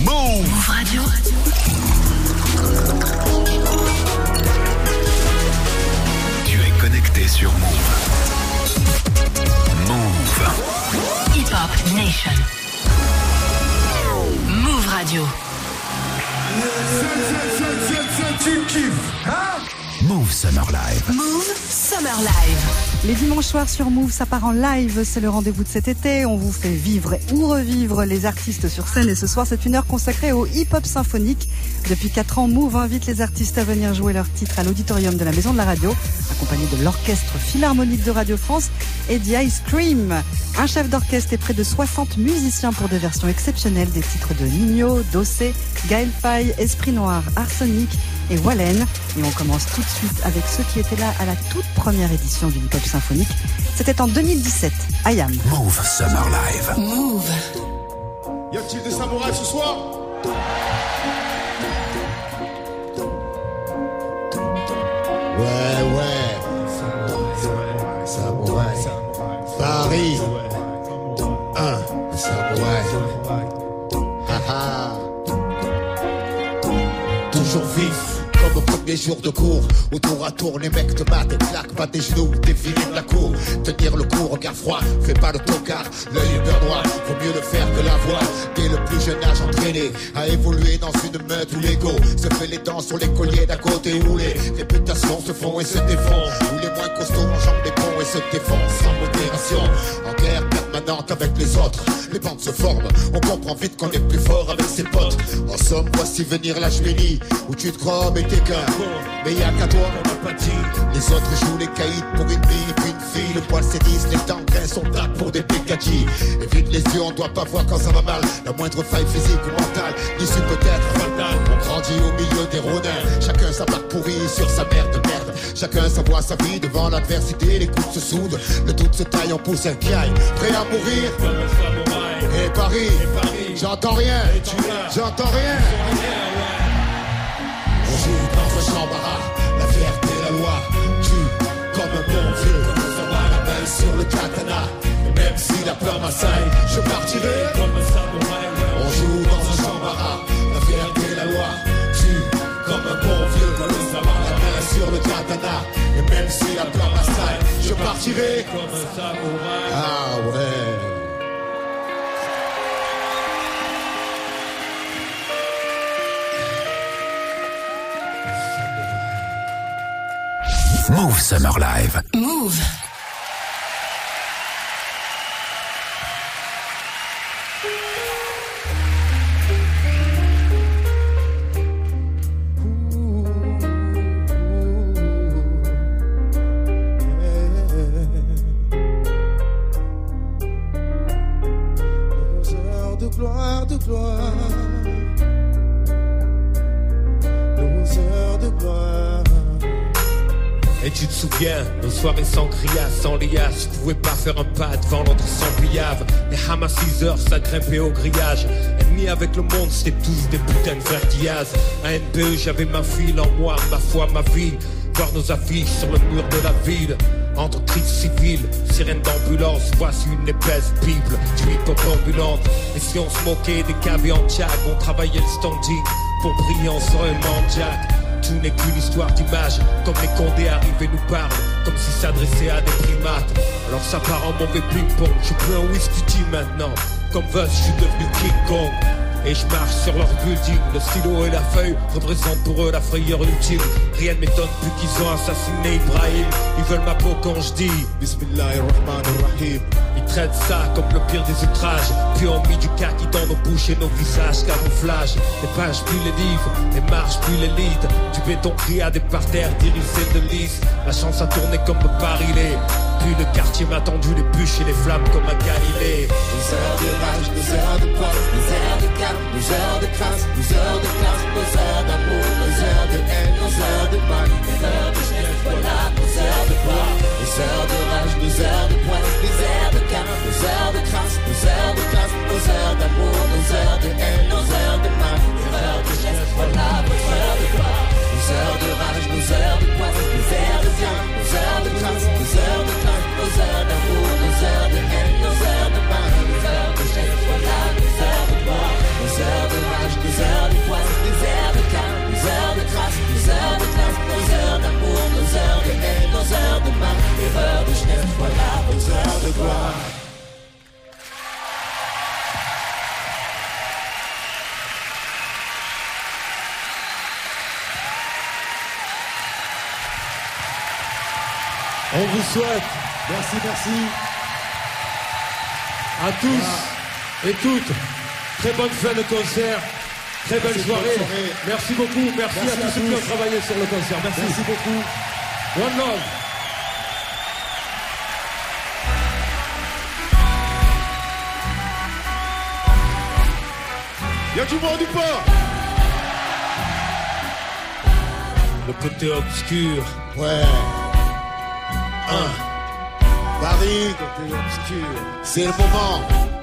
Move Radio. Tu es connecté sur Move. Move. Hip Hop Nation. Move Radio. Tu kiffes, hein? Move Summer Live. Move Summer Live. Les dimanches soirs sur Move, ça part en live. C'est le rendez-vous de cet été. On vous fait vivre ou revivre les artistes sur scène. Et ce soir, c'est une heure consacrée au hip-hop symphonique. Depuis 4 ans, Move invite les artistes à venir jouer leurs titres à l'auditorium de la Maison de la Radio, accompagné de l'Orchestre Philharmonique de Radio France et The Ice Cream. Un chef d'orchestre et près de 60 musiciens pour des versions exceptionnelles des titres de Nino, Dossé, Gaël Faye, Esprit Noir, Arsenic et Wallen. Et on commence tout de suite avec ceux qui étaient là à la toute première édition du hip-hop symphonique. C'était en 2017, IAM. Move Summer Live. Move. Y a-t-il des samouraïs ce soir? Ouais. Samouraï. Paris. Samouraï. Haha. Toujours vif. Comme au premier jour de cours, au tour à tour les mecs te battent et claquent pas tes genoux, défiler de la cour, tenir le coup, regard froid, fais pas le tocard, l'œil beurre noir, faut mieux le faire que la voix. Dès le plus jeune âge entraîné à évoluer dans une meute où l'ego se fait les dents sur les colliers d'à côté, où les réputations se font et se défont, où les moins costauds enjambent les ponts et se défoncent sans modération, en guerre permanente avec les autres. Les bandes se forment, on comprend vite qu'on est plus fort avec ses potes. En somme, voici venir la Jménie, où tu te crois mais t'es qu'un. Mais y'a qu'à toi, on n'a pas dit. Les autres jouent les caïds pour une bille, puis une fille. Le poil s'édisse, les dents grincent, on tape pour des pécadilles. Évite les yeux, on doit pas voir quand ça va mal. La moindre faille physique ou mentale, l'issue peut être fatale. On grandit au milieu des rodins, chacun sa barque pourrie sur sa mère de merde. Chacun s'avoue sa vie devant l'adversité, les coups se soudent. Le doute se taille, on pousse un caille, prêt à mourir. Et Paris, j'entends rien, j'entends rien. On joue dans un chambarat, la fierté, la loi, tue comme un bon vieux. Ça va la main sur le katana, et même si la peur m'assaille, je partirai comme un samouraï. On joue dans un chambarat, la fierté, la loi, tue comme un bon vieux. Ça va la main sur le katana, et même si la peur m'assaille, je partirai comme un samouraï. Ah ouais. Move Summer Live. Move. Nos heures de gloire, de gloire. Nos heures de gloire. Et tu te souviens, nos soirées sans crias, sans liasse, je pouvais pas faire un pas devant l'autre sans pliave. Les Hamas 6 heures, ça grimpait au grillage. Ennemis avec le monde, c'était tous des putains de verdiaz. À NPE, j'avais ma file en moi, ma foi, ma vie. Voir nos affiches sur le mur de la ville. Entre cris civils, sirène d'ambulance, voici une épaisse bible du hip-hop ambulante. Et si on se moquait des caviers en tchag, on travaillait le standing pour briller en serait Jack. Tout n'est qu'une histoire d'image, comme les condés arrivent et nous parlent, comme s'ils s'adressaient à des primates. Alors ça part en mauvais ping-pong, je peux un whisky maintenant. Comme Vuz, je suis devenu King Kong. Et je marche sur leur building, le stylo et la feuille représentent pour eux la frayeur ultime. Rien ne m'étonne plus qu'ils ont assassiné Ibrahim. Ils veulent ma peau quand je dis Bismillahirrahmanirrahim. Ils traitent ça comme le pire des outrages, puis ont mis du kaki dans nos bouches et nos visages. Camouflage, les pages puis les livres, les marches puis les leads. Du béton crié à des parterres d'irisés de lys. La chance a tourné comme le barilé. Puis le quartier m'a tendu les bûches et les flammes comme à Galilée. Nos heures de rage, nos heures de poisse, nos heures de calme, nos heures de crasse, nos heures de classe, nos heures d'amour, nos heures de haine, nos heures de mal, nos heures de jeunesse, voilà nos heures de gloire. Nos heures de rage, nos heures de poisse, nos heures de calme, nos heures de crasse, nos heures de classe, nos heures d'amour, nos heures de haine, nos heures de mal, nos heures de jeunesse, voilà nos heures de gloire. Nos heures de rage, nos heures de poisse, nos heures de calme, nos heures de classe, nos heures de classe, nos heures d'amour, nos heures de haine, nos heures de mal, nos heures de jeunesse, voilà nos heures de gloire. Nos heures de de gloire. On vous souhaite, Merci. à tous et toutes, très bonne fin de concert, très belle soirée. Merci beaucoup, merci à tous ceux qui ont travaillé sur le concert. Merci beaucoup. One love. Y'a du monde ou pas? Le côté obscur. Ouais. Paris, c'est le moment.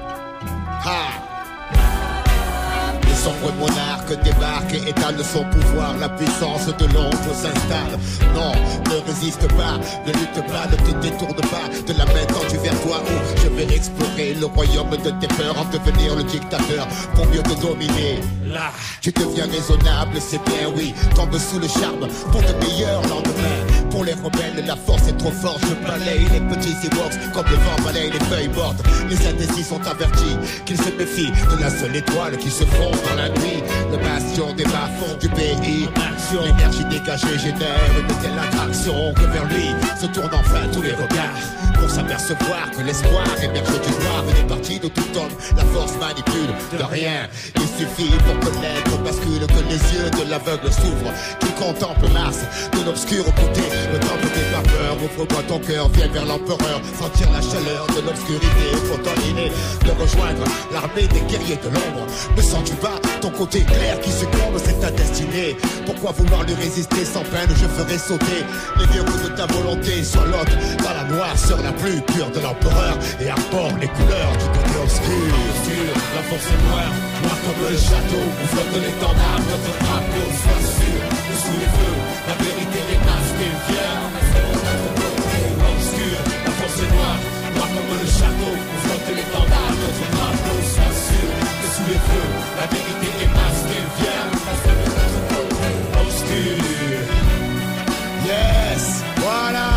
Le sombre monarque débarque et étale son pouvoir. La puissance de l'ombre s'installe. Non, ne résiste pas, ne lutte pas, ne te détourne pas de la main tendue vers toi. Où je vais explorer le royaume de tes peurs, en devenir le dictateur pour mieux te dominer. Là, tu deviens raisonnable, c'est bien, oui. Tombe sous le charme pour de meilleurs lendemains. Pour les rebelles, la force est trop forte. Je balaye les petits Ewoks comme le vent balaye les feuilles mortes. Les indécis sont avertis qu'ils se méfient de la seule étoile qui se fond dans la nuit. Le bastion des bas-fonds du pays. L'énergie dégagée génère une telle attraction que vers lui se tournent enfin tous les regards. Pour s'apercevoir que l'espoir émerge du noir. Et des parties de tout homme, la force manipule de rien. Il suffit pour que l'être bascule, que les yeux de l'aveugle s'ouvrent, qu'il contemple Mars de l'obscur côté. Le temple des vapeurs, ouvre-moi ton cœur, viens vers l'empereur, sentir la chaleur de l'obscurité, faut t'enligner, de rejoindre l'armée des guerriers de l'ombre. Ne sens-tu pas ton côté clair qui succombe, c'est ta destinée. Pourquoi vouloir lui résister sans peine, je ferai sauter les verrous de ta volonté, sois l'hôte dans la noirceur la plus pure de l'empereur et arbore les couleurs du côté obscur. la force est noire, noir comme le château, on flotte l'étendard, notre drapeau, sois sûr, sous les feux, la vérité est masquée, viens, obscur, la force est noire, noir comme le château, on flotte l'étendard, notre drapeau, sois sûr, sous les feux, la vérité est masquée, viens, obscur. Yes, voilà.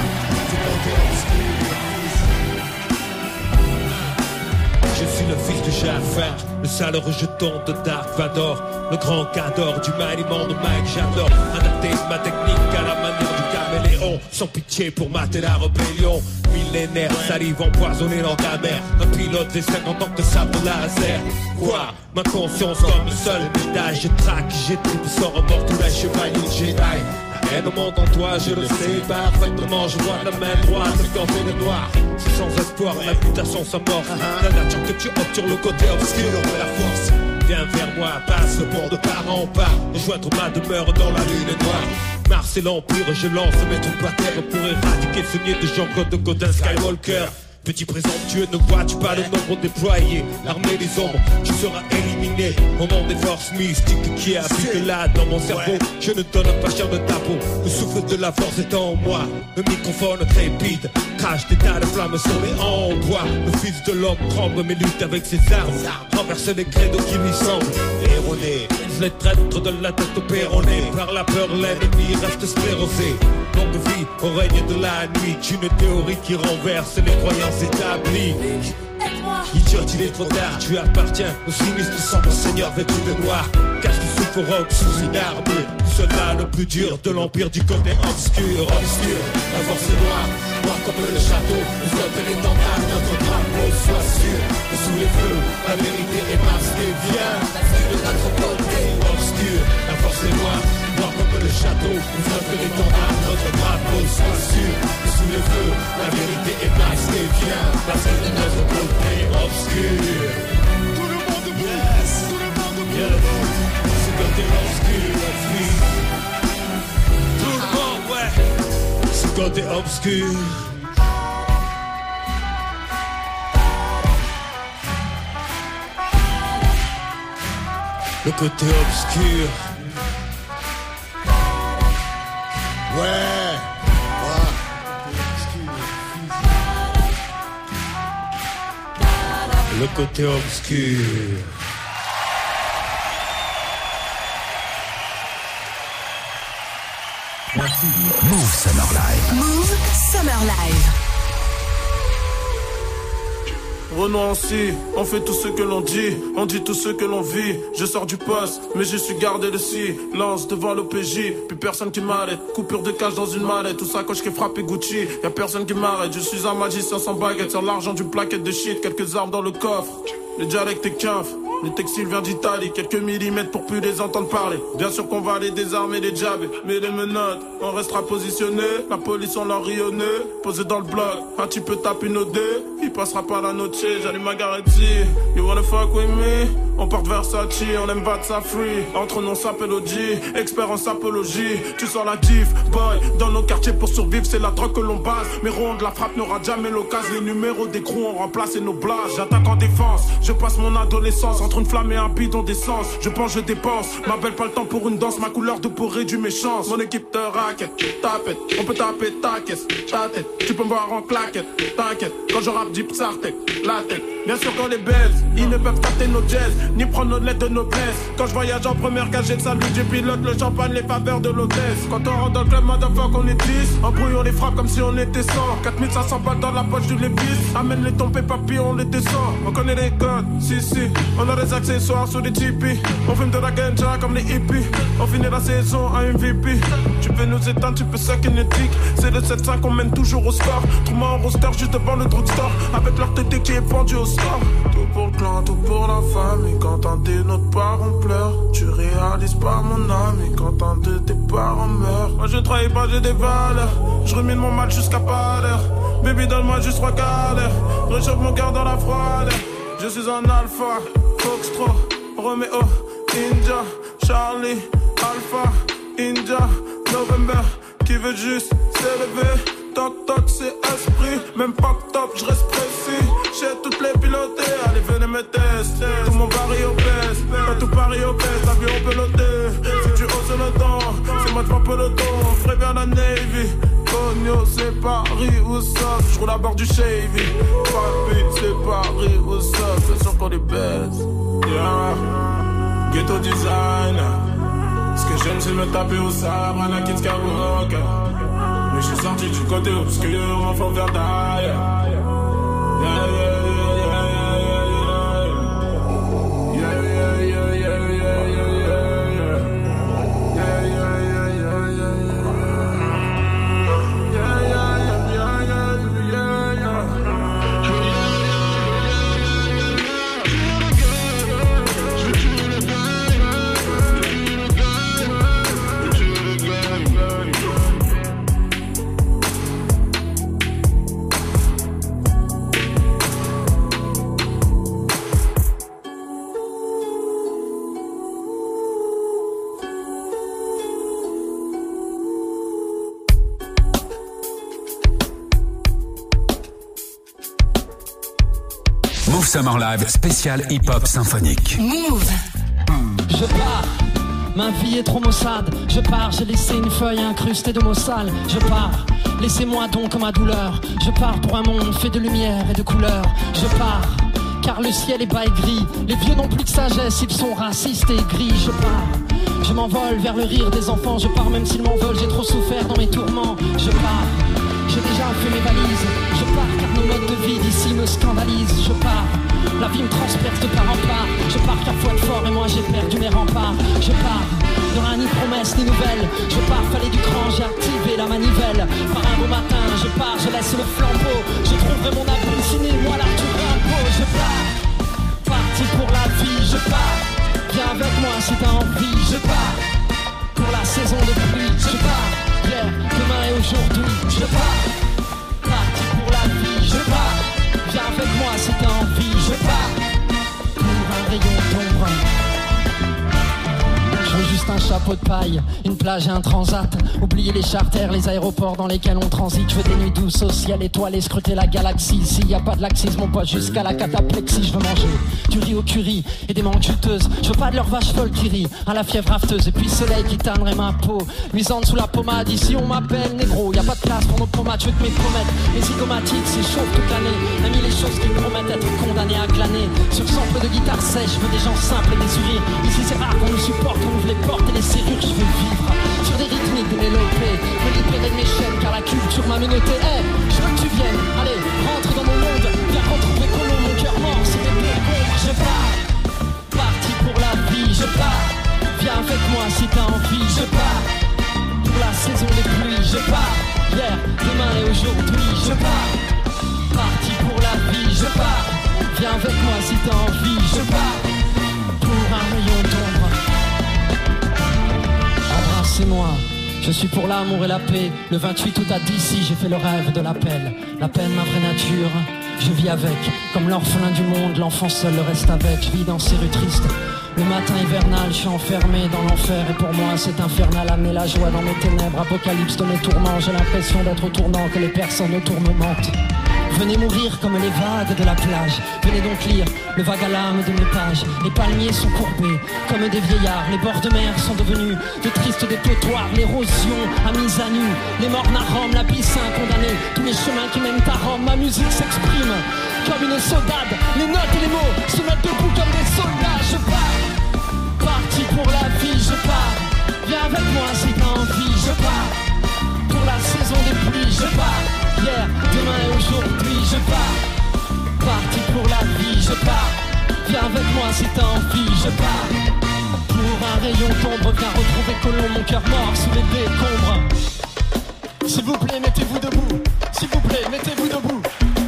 Je suis le fils de Jafar, le sale rejeton de Dark Vador, le grand cador du maniement de Mike J'adore adapter ma technique à la manière du caméléon, sans pitié pour mater la rébellion. Millénaire, salive empoisonnée dans ta mère, un pilote des 50 ans de sabre laser. Quoi? Ma conscience comme le seul médaille, je traque, j'étripe, sors mort tous les chevaliers Jedi. Et le monde en toi, je le sais parfaitement. Je vois la main droite, le corps de noir. C'est sans espoir, la mutation sans mort. La nature que tu optes sur le côté obscur de la force. Viens vers moi, passe le pont de part en part. Rejoindre ma demeure dans la lune noire. Mars et l'Empire, je lance mes troupes à terre pour éradiquer ce nier de Jean-Claude Godin Skywalker. Petit présomptueux, ne vois-tu pas le nombre déployé? L'armée des ombres, tu seras éliminé. Au nom des forces mystiques qui habitent là dans mon cerveau. Je ne donne pas cher de ta peau. Le souffle de la force est en moi. Le microphone trépide, crache des tas de flammes sur les hanches en bois. Le fils de l'homme tremble mais lutte avec ses armes. Renverse les credos qui lui semblent erronés. Les traîtres de la tête opéronnée. Par la peur, l'ennemi reste sclérosé. Longue vie au règne de la nuit. Une théorie qui renverse les croyances établi. Idiote, il est trop tard, tu appartiens au sinistre sombre seigneur vêtu de noir. Cache du souffle rock sous une arme. Soldat le plus dur de l'empire du côté obscur. Obscur, la force est noire, noir comme le château. On flotte l'étendard, notre drapeau, sois sûr que sous les feux, la vérité est masquée. Viens, de notre côté. Obscur, la force est noire, noir comme le château. On flotte l'étendard, notre drapeau, sois sûr que sous les feux, la vérité est masquée. Viens, parce que de notre côté obscur. Tout le monde debout. Yes. Tout le monde debout. Yes. C'est côté obscur, la fille. Tout le monde, ouais. C'est côté obscur. Le côté obscur. Ouais. Le côté obscur. Move Summer Live. Move Summer Live. renoncer, on fait tout ce que l'on dit tout ce que l'on vit. Je sors du poste, mais je suis gardé de silence devant l'OPJ. Plus personne qui m'arrête, coupure de cash dans une mallette. Tout ça coche qui frappe et Gucci, y'a personne qui m'arrête. Je suis un magicien sans baguette, sur l'argent d'une plaquette de shit. Quelques armes dans le coffre, les dialectes et caf. Le textile vient d'Italie, quelques millimètres pour plus les entendre parler. Bien sûr qu'on va les désarmer, les jabs, mais les menottes, on restera positionné. La police on leur rit au nez, posé dans le bloc. Un petit peu taper nos deux, il passera pas la noche. J'allume ma garantie, you wanna fuck with me? On porte Versace, on aime battre ça free. Entre nous on s'appelle OG, expert en sapologie. Tu sors la diff, boy, dans nos quartiers pour survivre c'est la drogue que l'on base. Mais ronde, la frappe n'aura jamais l'occasion. Les numéros des crews ont remplacé nos blagues. J'attaque en défense, je passe mon adolescence entre une flamme et un bidon d'essence. Je pense, je dépense, ma belle pas le temps pour une danse. Ma couleur de peau réduit mes chances. Mon équipe te raquette, tapette. On peut taper ta caisse, ta tête. Tu peux me voir en claquette, t'inquiète. Quand je rappe deep sartec, la tête. Bien sûr qu'on les baise, ils ne peuvent capter nos jazz ni prendre nos lettres de noblesse. Quand je voyage en première cagette, salut du pilote, le champagne, les faveurs de l'hôtesse. Quand on rentre dans le club, motherfucker, on est 10. En brouille, on les frappe comme si on était 100. 4500 balles dans la poche du lévis. Amène les tombées papier, on les descend. On connaît les codes, si. On a des accessoires sur des Tipeee. On fume de la ganja comme les hippies. On finit la saison à MVP. Tu peux nous éteindre, tu peux ça kinétique. C'est le 7-5, on mène toujours au score. Trouve-moi en roster juste devant le drugstore. Avec leur tété qui est pendu au score. Tout pour le clan, tout pour la famille. Quand un de notre parents pleure, tu réalises pas mon âme. Et quand un de tes parents meurt, moi je trahis pas, j'ai des valeurs. Je rumine mon mal jusqu'à pas l'heure. Baby donne-moi juste 3 quarts d'heure. Réchauffe mon cœur dans la froide. Je suis un alpha, Foxtrot, Romeo, India, Charlie, Alpha, India, November. Qui veut juste s'élever. Toc toc c'est esprit, même pas top, je reste précis. J'ai toutes les pilotées, allez venez me tester. Tout mon baril au pèse, pas tout Paris au pèse, l'avion peloté. Si tu oses le temps, c'est moi devant peloton. Préviens la Navy, Cogno c'est Paris ou ça. Je roule à bord du Chevy, Papi c'est Paris ou ça. C'est sûr qu'on est bête, yeah. Ghetto design, ce que j'aime c'est me taper au sabre, Anakin Skywalker. Mais je suis sorti du côté obscur, enfant vers d'ailleurs. Yeah, yeah, Summer Live spécial hip-hop symphonique. Move. Je pars, ma vie est trop maussade. Je pars, j'ai laissé une feuille incrustée de mots sales. Je pars, laissez-moi donc ma douleur. Je pars pour un monde fait de lumière et de couleurs. Je pars, car le ciel est bas et gris. Les vieux n'ont plus de sagesse, ils sont racistes et gris. Je pars, je m'envole vers le rire des enfants. Je pars même s'ils m'en veulent, j'ai trop souffert dans mes tourments. Je pars, j'ai déjà fait mes valises. Je pars car nos modes de vie d'ici me scandalisent. Je pars, la vie me transperce de part en part. Je pars car faut être fort et moi j'ai perdu mes remparts. Je pars, y'aura ni promesse ni nouvelles. Je pars, fallait du cran, j'ai activé la manivelle. Par un beau matin, je pars, je laisse le flambeau. Je trouverai mon abri, signez-moi l'Arthur Rimbaud. Je pars, parti pour la vie. Je pars, viens avec moi si t'as envie. Je pars, pour la saison de pluie. Je pars, hier, demain et aujourd'hui. Je pars, parti pour la vie. Je pars, viens avec moi si t'as envie. Je pars, pour un rayon d'ombre. Je veux juste un chapeau de paille, une plage et un transat. Oublier les charters, les aéroports dans lesquels on transite. Je veux des nuits douces au ciel étoilé, scruter la galaxie. S'il y a pas de laxisme, mon pote, jusqu'à la cataplexie. Je veux manger du riz au curry et des mangues juteuses. Je veux pas de leur vache folle qui rit à la fièvre rafteuse. Et puis soleil qui tannerait ma peau, luisante sous la pommade. Ici on m'appelle négro, y a pas de place pour nos pommades. Je veux que mes promesses, les zygomatiques s'échauffent toute l'année. Même les choses qui me promettent être condamnées à glaner. Sur sample de guitare sèche, je veux des gens simples et des sourires. Ici c'est rare qu'on nous supporte, on ouvre les portes et les serrures. Je veux vivre sur des rythmiques de mélopées, me libérer de mes chaînes car la culture m'a menotté. Hey, je veux que tu viennes, allez, rentre dans mon monde. Viens retrouver Colo, mon cœur si t'as envie. Je pars pour la saison des pluies. Je pars hier, demain et aujourd'hui. Je pars, parti pour la vie. Je pars, viens avec moi si t'as envie. Je pars pour un rayon d'ombre. Embrassez-moi. Je suis pour l'amour et la paix. Le 28 août à d'ici, j'ai fait le rêve de l'appel. La peine, ma vraie nature. Je vis avec, comme l'orphelin du monde, l'enfant seul le reste avec. Je vis dans ces rues tristes. Le matin hivernal, je suis enfermé dans l'enfer. Et pour moi c'est infernal, amener la joie dans mes ténèbres. Apocalypse de mes tourments, j'ai l'impression d'être au tournant, que les personnes autour me mentent. Venez mourir comme les vagues de la plage. Venez donc lire le vague à l'âme de mes pages. Les palmiers sont courbés comme des vieillards. Les bords de mer sont devenus de tristes dépotoirs. L'érosion a mis à nu les mornes à Rome, l'abyssin condamné, tous les chemins qui mènent à Rome. Ma musique s'exprime comme une saudade. Les notes et les mots se mettent debout comme des soldats. Je pars, parti pour la vie. Je pars, viens avec moi si t'as envie. Je pars pour la saison des pluies. Je pars hier, demain et aujourd'hui. Je pars, parti pour la vie. Je pars, viens avec moi si t'as envie. Je pars pour un rayon d'ombre. Viens retrouver Colomb, mon cœur mort sous les décombres. S'il vous plaît, mettez-vous debout. S'il vous plaît, mettez-vous debout.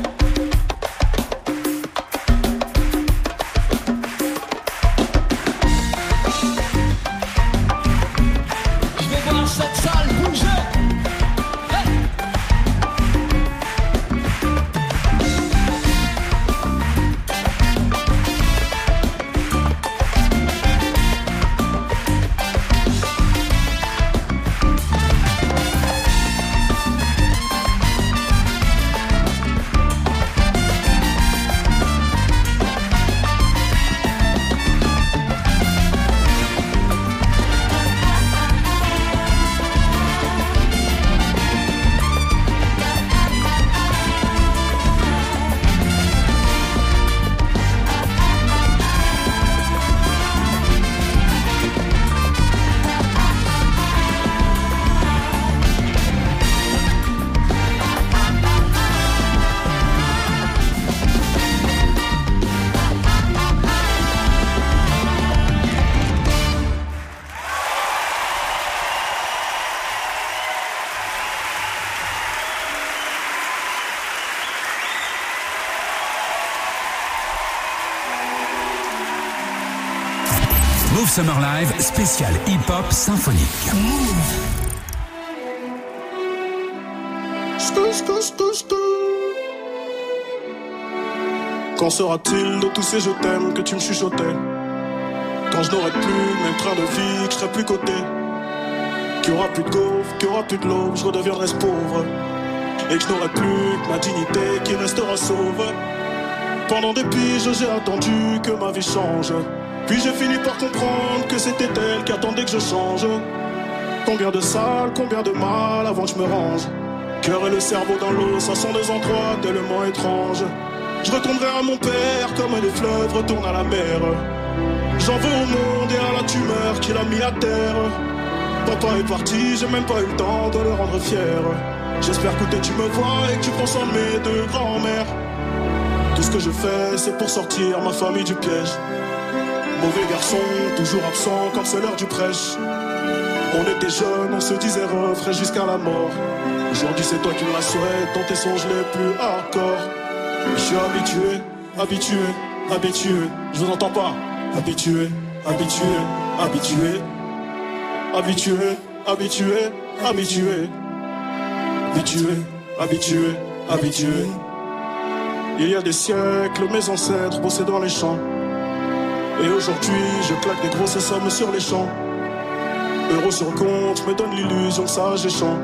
Je vais voir cette salle bouger. Move Summer Live, spécial hip-hop symphonique. Quand sera-t-il de tous ces je t'aime que tu me chuchotais? Quand je n'aurai plus le même train de vie, que je serai plus coté, qu'il n'y aura plus de gaufre, qu'il n'y aura plus de l'aube, je redeviendrai ce pauvre, et que je n'aurai plus que ma dignité qui restera sauve. Pendant des piges j'ai attendu que ma vie change, puis j'ai fini par comprendre que c'était elle qui attendait que je change. Combien de salles, combien de mal avant que je me range. Cœur et le cerveau dans l'eau, ça sont deux endroits tellement étranges. Je retournerai à mon père comme les fleuves retournent à la mer. J'en veux au monde et à la tumeur qu'il a mis à terre. Papa est parti, j'ai même pas eu le temps de le rendre fier. J'espère que tu me vois et que tu prends soin de mes deux grands-mères. Tout ce que je fais c'est pour sortir ma famille du piège. Mauvais garçon, toujours absent quand c'est l'heure du prêche. On était jeunes, on se disait refrain jusqu'à la mort. Aujourd'hui c'est toi qui me la souhaites dans tes songes les plus hardcore. Je suis habitué, habitué, habitué. Je vous entends pas. Habitué, habitué, habitué. Habitué, habitué, habitué. Habitué, habitué, habitué. Il y a des siècles, mes ancêtres bossaient dans les champs. Et aujourd'hui, je claque des grosses sommes sur les champs. Euros sur le compte, me donne l'illusion que ça j'ai champ.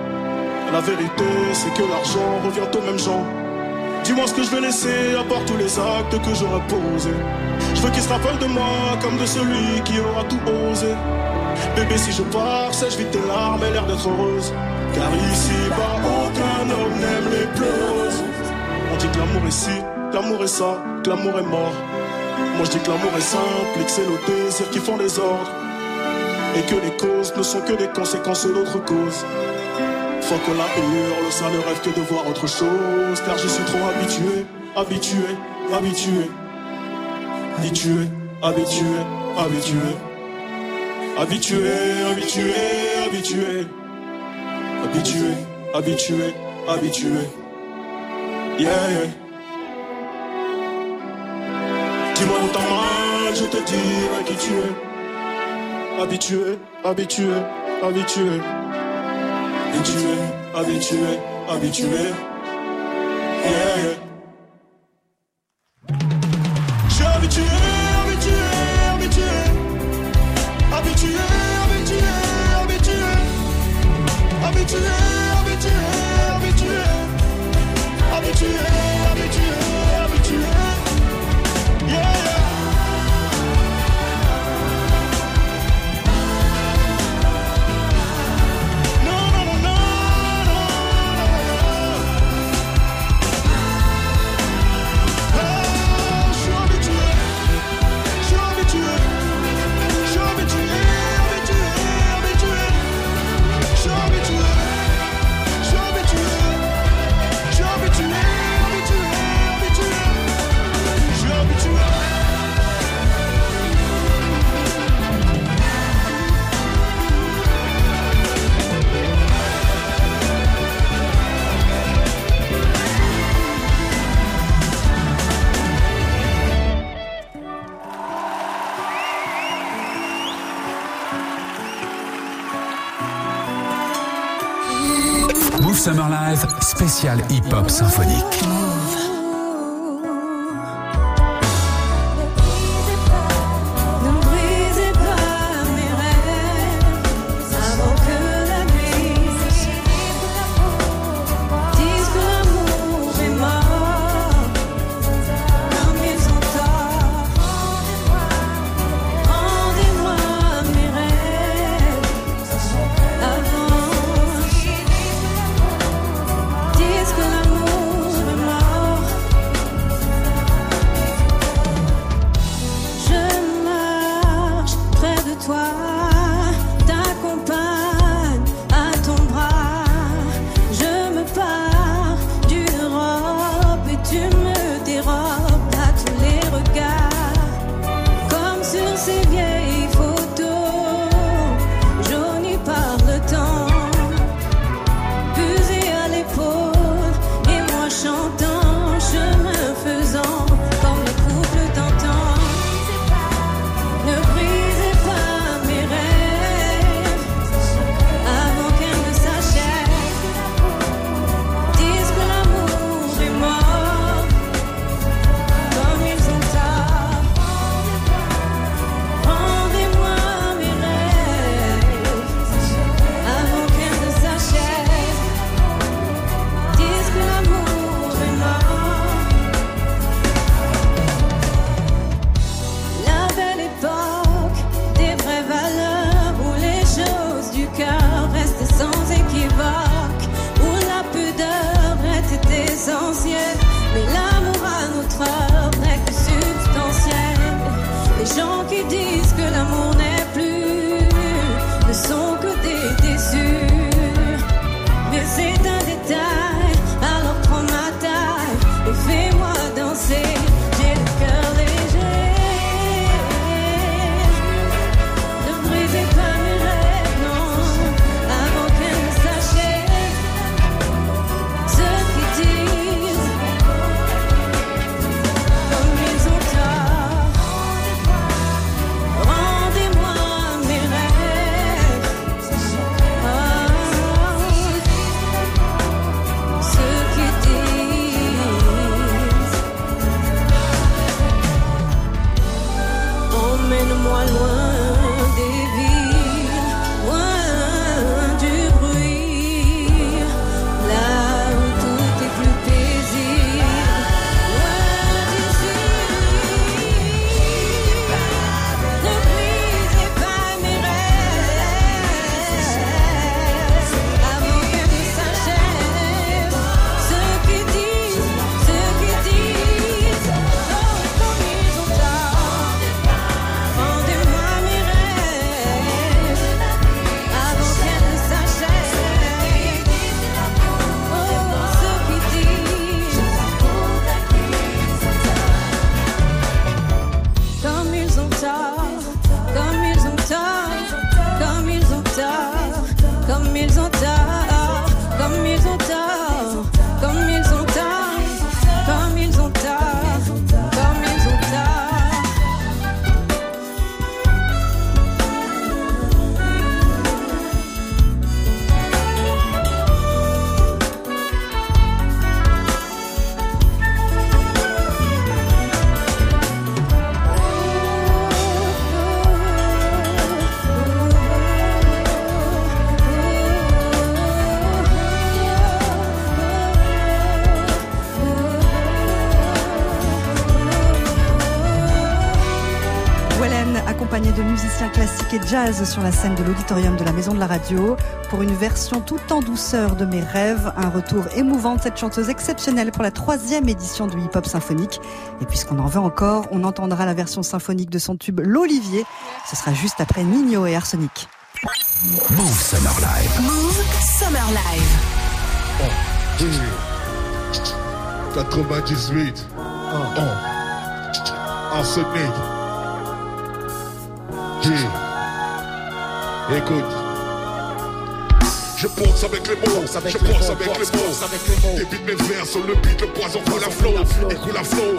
La vérité, c'est que l'argent revient aux mêmes gens. Dis-moi ce que je vais laisser à part tous les actes que j'aurais posés. Je veux qu'ils se rappellent de moi comme de celui qui aura tout osé. Bébé, si je pars, sèche vite tes larmes et l'air d'être heureuse. Car ici-bas, aucun homme n'aime les pleureuses. On dit que l'amour est ci, que l'amour est ça, que l'amour est mort. Moi je dis que l'amour est simple et que c'est nos désirs qui font les ordres. Et que les causes ne sont que des conséquences d'autres causes. Faut que la hurle, ça ne rêve que de voir autre chose. Car je suis trop habitué, habitué, habitué. Habitué, habitué, habitué. Habitué, habitué, habitué. Habitué, habitué, habitué. Yeah, yeah. Dis-moi où t'as mal, je te dirai qui tu es. Habitué, habitué, habitué. Habitué, habitué, habitué. Yeah, yeah. Je suis habitué, habitué, habitué. Habitué, habitué, habitué. Habitué, habitué, habitué. Habitué, habitué, habitué. Yeah, yeah. Move Summer Live, spécial hip-hop symphonique. Ne brisez pas mes classique et jazz sur la scène de l'auditorium de la Maison de la Radio pour une version tout en douceur de Mes rêves, un retour émouvant de cette chanteuse exceptionnelle pour la 3e édition du hip-hop symphonique. Et puisqu'on en veut encore, on entendra la version symphonique de son tube L'Olivier. Ce sera juste après Nino et Arsenic. Move Summer Live. Move Summer Live. 98. Arsenic. Écoute. Je pense avec les mots, je pense avec les mots. Débite mes vers sur le beat, le poison coule à flot. Et coule à flot.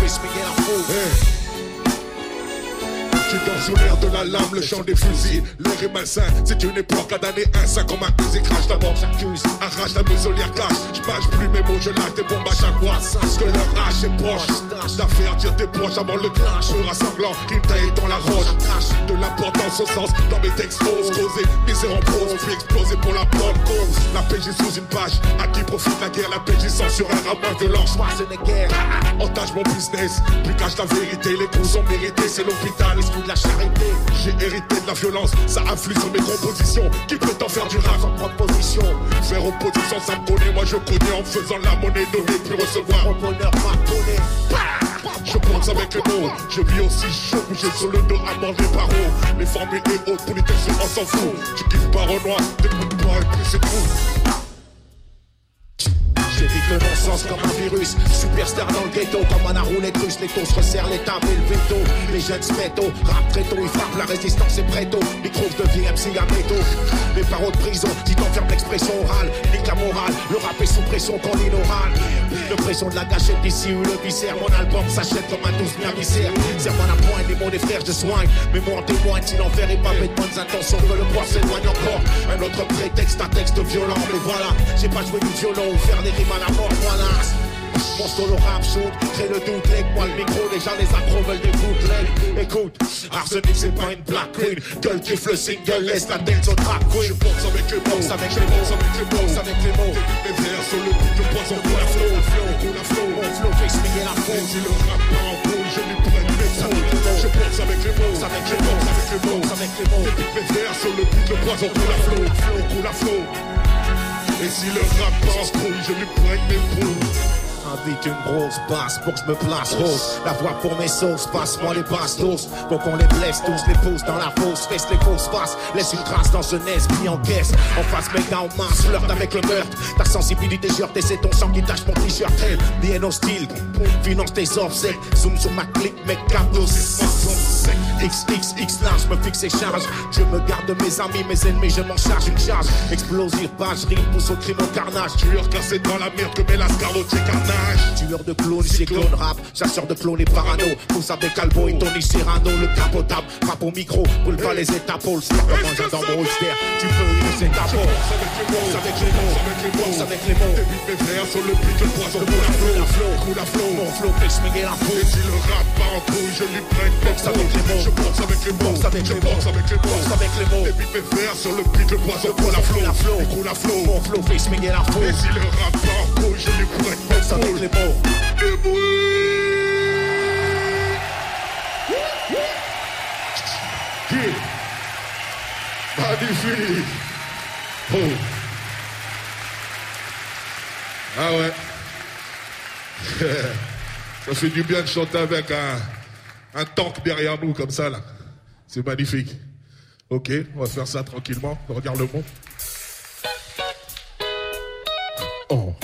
Tu danses sous l'air de la lame, le chant des fusils. L'air est malsain, c'est une époque à d'année 1-5 comme un fusil crash d'abord j'accuse. Arrache la muselière cache, je mâche plus mes mots, je lâche des bombes à chaque fois. Parce que leur hache est proche d'affaire, tire tes poches avant le clash. Le rassemblant, qui taille dans la roche. De l'importance au sens, dans mes textes ose causer. Misère en prose, puis exploser pour la bonne cause. La PJ sous une page, à qui profite la guerre. La PJ censure un rabat violent. Entache mon business, puis cache la vérité. Les coups sont mérités, c'est l'hôpital. De la charité, j'ai hérité de la violence, ça influe sur mes compositions. Qui prétend faire du rap en proposition? Faire opposition, ça me connaît, moi je connais en faisant la monnaie donnée, puis recevoir mon bonheur mardonné. Je pense avec les mots, je vis aussi chaud, couché sur le dos à manger par eau. Les formules et autres, pour les textes, on s'en fout. Tu kiffes pas au noir, t'écoutes pas et puis c'est tout. J'évite le non-sens comme un virus. Superstar dans le ghetto, comme un roulette russe. Les taux se resserrent, les tables et le veto. Les jeunes se mettent au rap très tôt, ils frappent, la résistance est prête au micro de vie, MC à métaux. Les paroles de prison, si t'enfermes l'expression orale, nique la morale. Le rap est sous pression quand l'inoral. Le pression de la gâchette d'ici ou le viscère. Mon album s'achète comme un 12 000 viscère. Serre-moi la pointe, les mots des frères, je soigne. Mais moi en témoigne, si l'enfer est pavé de bonnes intentions, que le poids s'éloigne encore. Un autre prétexte, un texte violent. Mais voilà, j'ai pas joué du violon ou faire des rimes à la mort, voilà. Mon solo rap shoot, crée le doute, lègue-moi le micro, déjà les accros veulent des bootlegs. Écoute, Arsenic c'est pas une black queen, gueule kiffe le single, laisse la tête sur track queen. Je pense avec les mots, avec les mots, avec les mots. Mes vers sur le beat, le poison coule à flot, coule à flot. Mon flow fait expliquer la faute. Si le rap part en couille, je lui prête mes mots. Je pense avec les mots, avec les mots, avec les mots, avec les mots. Mes vers sur le beat, le poison coule à flot, coule à flot. Et si le rap part en couille, je lui prête mes mots. Invite une grosse basse pour que je me place rose. La voix pour mes sauces, passe-moi les bastos. Pour qu'on les blesse tous, les pousse dans la fausse. Fesse les fausses faces, laisse une trace dans jeunesse, puis encaisse. En face, méga en masse, flirte avec le meurtre. Ta sensibilité heurtée, c'est ton sang qui tâche mon t-shirt. Elle, bien hostile, finance tes obsèques. Zoom sur ma clique, mec, cadeau, XXX large, me fixe et charge. Je me garde de mes amis, mes ennemis, je m'en charge une charge. Explosive, page, rime, pousse au crime, au carnage. Tueur cassé dans la merde que met la scarlotte, c'est carnage. Tueur de clones, cyclone rap, chasseur de clones et parano. Pousse avec Calvo et Tony Serrano, le capotable, frappe au micro, roule pas les étapes, le star comme un dans mon holster. Tu peux utiliser ta peau, avec les mots, avec les mots. Débite mes frères sur le beat, le poison coule à flot, mon flow fait schminguer la peau. Et si le rap part en couille, je lui prête boxe avec les mots. Je pense avec les mots, avec les mots, avec les mots. Débite mes frères sur le beat, le poison coule à flot, mon flow fait schminguer la peau. Et si le rap part en couille, je lui prête boxe avec les mots. Du bruit. Magnifique. Oh. Ah ouais. Ça fait du bien de chanter avec un tank derrière nous comme ça là. C'est magnifique. Ok, on va faire ça tranquillement. Regarde le mot. Oh.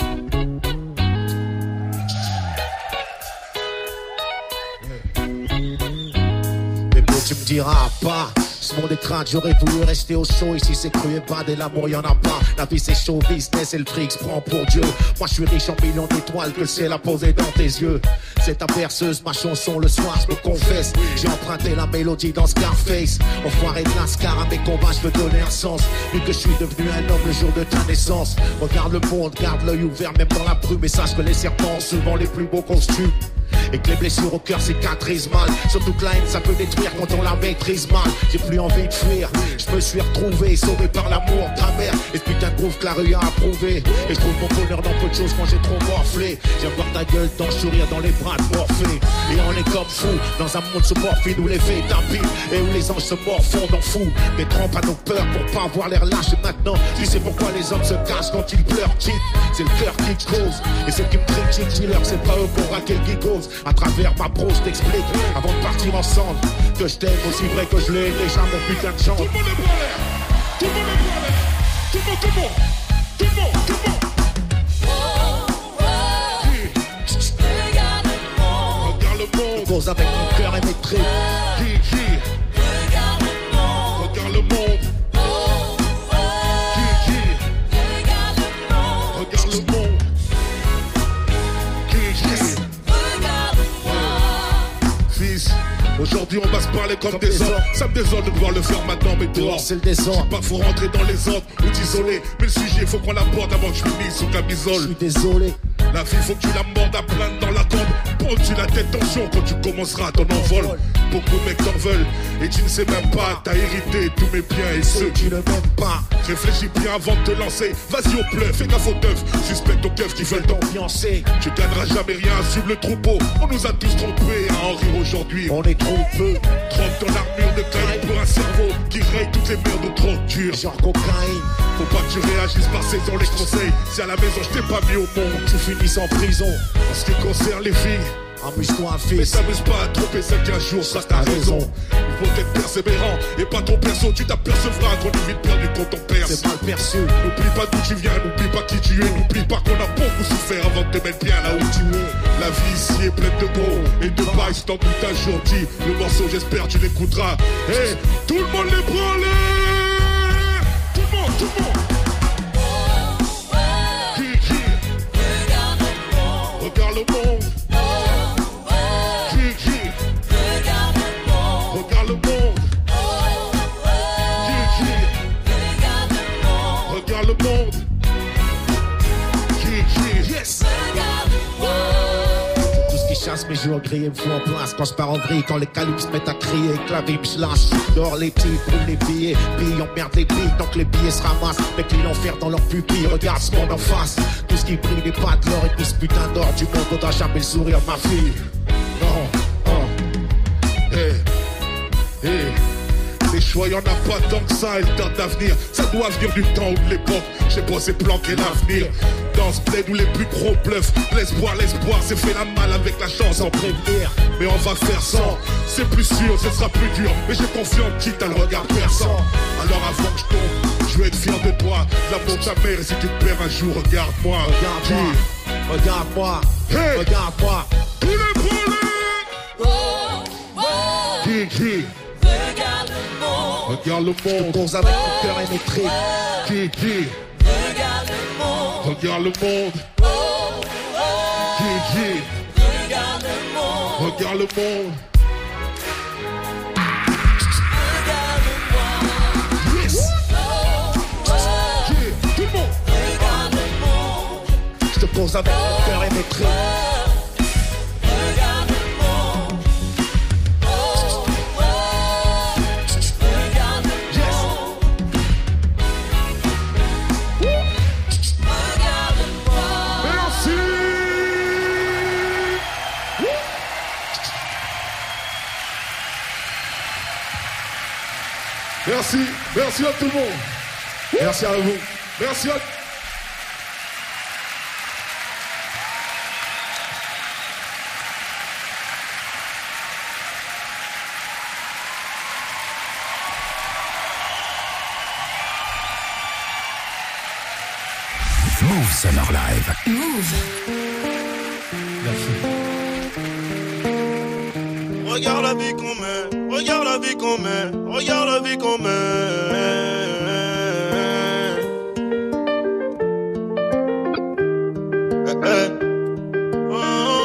Tu me diras pas, ce monde est crade, j'aurais voulu rester au chaud. Ici c'est cru et pas, de l'amour y'en a pas. La vie c'est chaud, business et le fric se prend pour Dieu. Moi je suis riche en millions d'étoiles que le ciel a posé dans tes yeux. C'est ta berceuse, ma chanson le soir je me confesse. J'ai emprunté la mélodie dans Scarface. Enfoiré de l'ascar à mes combats, je veux donner un sens. Vu que je suis devenu un homme le jour de ta naissance. Regarde le monde, garde l'œil ouvert même dans la brume. Et sache que les serpents ont souvent les plus beaux costumes. Et que les blessures au cœur cicatrisent mal. Surtout que la haine ça peut détruire quand on la maîtrise mal. J'ai plus envie de fuir, je me suis retrouvé sauvé par l'amour de ta mère. Et ce putain de groove que la rue a approuvé. Et je trouve mon bonheur dans peu de choses quand j'ai trop morflé. J'aime voir ta gueule dans sourire dans les bras de Morphée. Et on est comme fou dans un monde sous morphine où les fées tapis et où les anges se morfondent en fou. Mais trompe à nos peurs pour pas avoir l'air lâche. Et maintenant tu sais pourquoi les hommes se cachent quand ils pleurent. Cheat, c'est le cœur qui cause. Et ceux qui me critiquent, dis-leur c'est pas eux qu'on raquait le gigose. À travers ma bro je t'explique avant de partir ensemble que je t'aime aussi vrai que je l'ai déjà mon putain de chance. Tout le monde est pour l'air. Tout le monde est pour l'air. Tout le monde, tout le monde. Tout le monde, tout le monde. Regarde le monde. Cause avec mon cœur et mes traits. Regarde le monde. Regarde le monde. Regarde le monde. Fils, aujourd'hui on va se parler comme des hommes. Ça me désole de devoir le faire maintenant, mais dehors c'est le désordre. Pas faut rentrer dans les ordres ou t'isoler. Mais le sujet faut qu'on l'aborde avant que je finisse sous Je camisole. suis désolé. La vie faut que tu la mordes à plein dans la corde. Prends-tu la tête tension quand tu commenceras ton envol. Beaucoup de mecs t'en veulent et tu ne sais même pas. T'as hérité tous mes biens et ceux Tu ne m'aimes pas. Réfléchis bien avant de te lancer. Vas-y au pleu, fais gaffe aux teufs. Suspecte aux keufs qui veulent t'en. Fiancé, Tu gagneras jamais rien, suivre le troupeau. On nous a tous trompés à en rire aujourd'hui. on est trop peu. Trompe ton armure de caille pour un cerveau qui raye toutes les merdes de trop dures. Genre cocaïne, Faut pas que tu réagisses par saison les conseils. Si à la maison je t'ai pas mis au monde. tu finis en prison. En ce qui concerne les filles, Amuse-toi, mais fils. t'amuses pas à tromper celle qu'un jour sera ta raison. Il faut être persévérant et pas ton perso. Tu t'apercevras qu'on est vite perdu quand on perce. C'est mal perçu. N'oublie pas d'où tu viens, n'oublie pas qui tu es. N'oublie pas qu'on a beaucoup souffert avant de te mettre bien là où tu es. La vie ici est pleine de beaux et de bails. Si t'en doutes un jour, dis le morceau, j'espère tu l'écouteras. Hey, tout le monde les prend l'air. Tout le monde, tout le monde. Regarde le monde. Regarde le monde. Regarde le monde. Yes. Tout ce qui chasse mes jours gris me fout en place. Quand je pars en vrille, quand les calibres se mettent à crier, que la vie me lâche. Dehors les types, brûle les billets. Billes, on merde les billes, tant que les billets se ramassent. Mec, ils l'enfer dans leur pupille. Regarde ce monde en face. Tout ce qui brille n'est pas de l'or et tout ce putain d'or du monde faudra jamais le sourire de ma fille. Non, Hey, hey. Les choix, y'en a pas tant que ça, et le temps d'avenir, ça doit venir du temps ou de l'époque. J'ai bossé planquer l'avenir. Dans ce bled où les plus gros bluffent. L'espoir, c'est fait la malle avec la chance sans prévenir. Mais on va faire sans, c'est plus sûr, ce sera plus dur. Mais j'ai confiance, quitte à le regard perçant. Alors avant que je tombe, je veux être fier de toi. L'amour de ta mère, et si tu te perds un jour, regarde-moi. Regarde-moi, regarde-moi, Hey. regarde-moi. Tous les problèmes. Qui Regarde le monde. Cours avec mon cœur et mes tripes. Qui Regarde le monde. Qui Regarde le monde. Yes. Tout le monde. Je te pose avec mon cœur et mes tripes. Merci, merci à tout le monde. Merci à vous. Merci à... Move Summer Live. Move. Regarde la vie qu'on mène, regarde la vie qu'on mène, regarde la vie qu'on mène.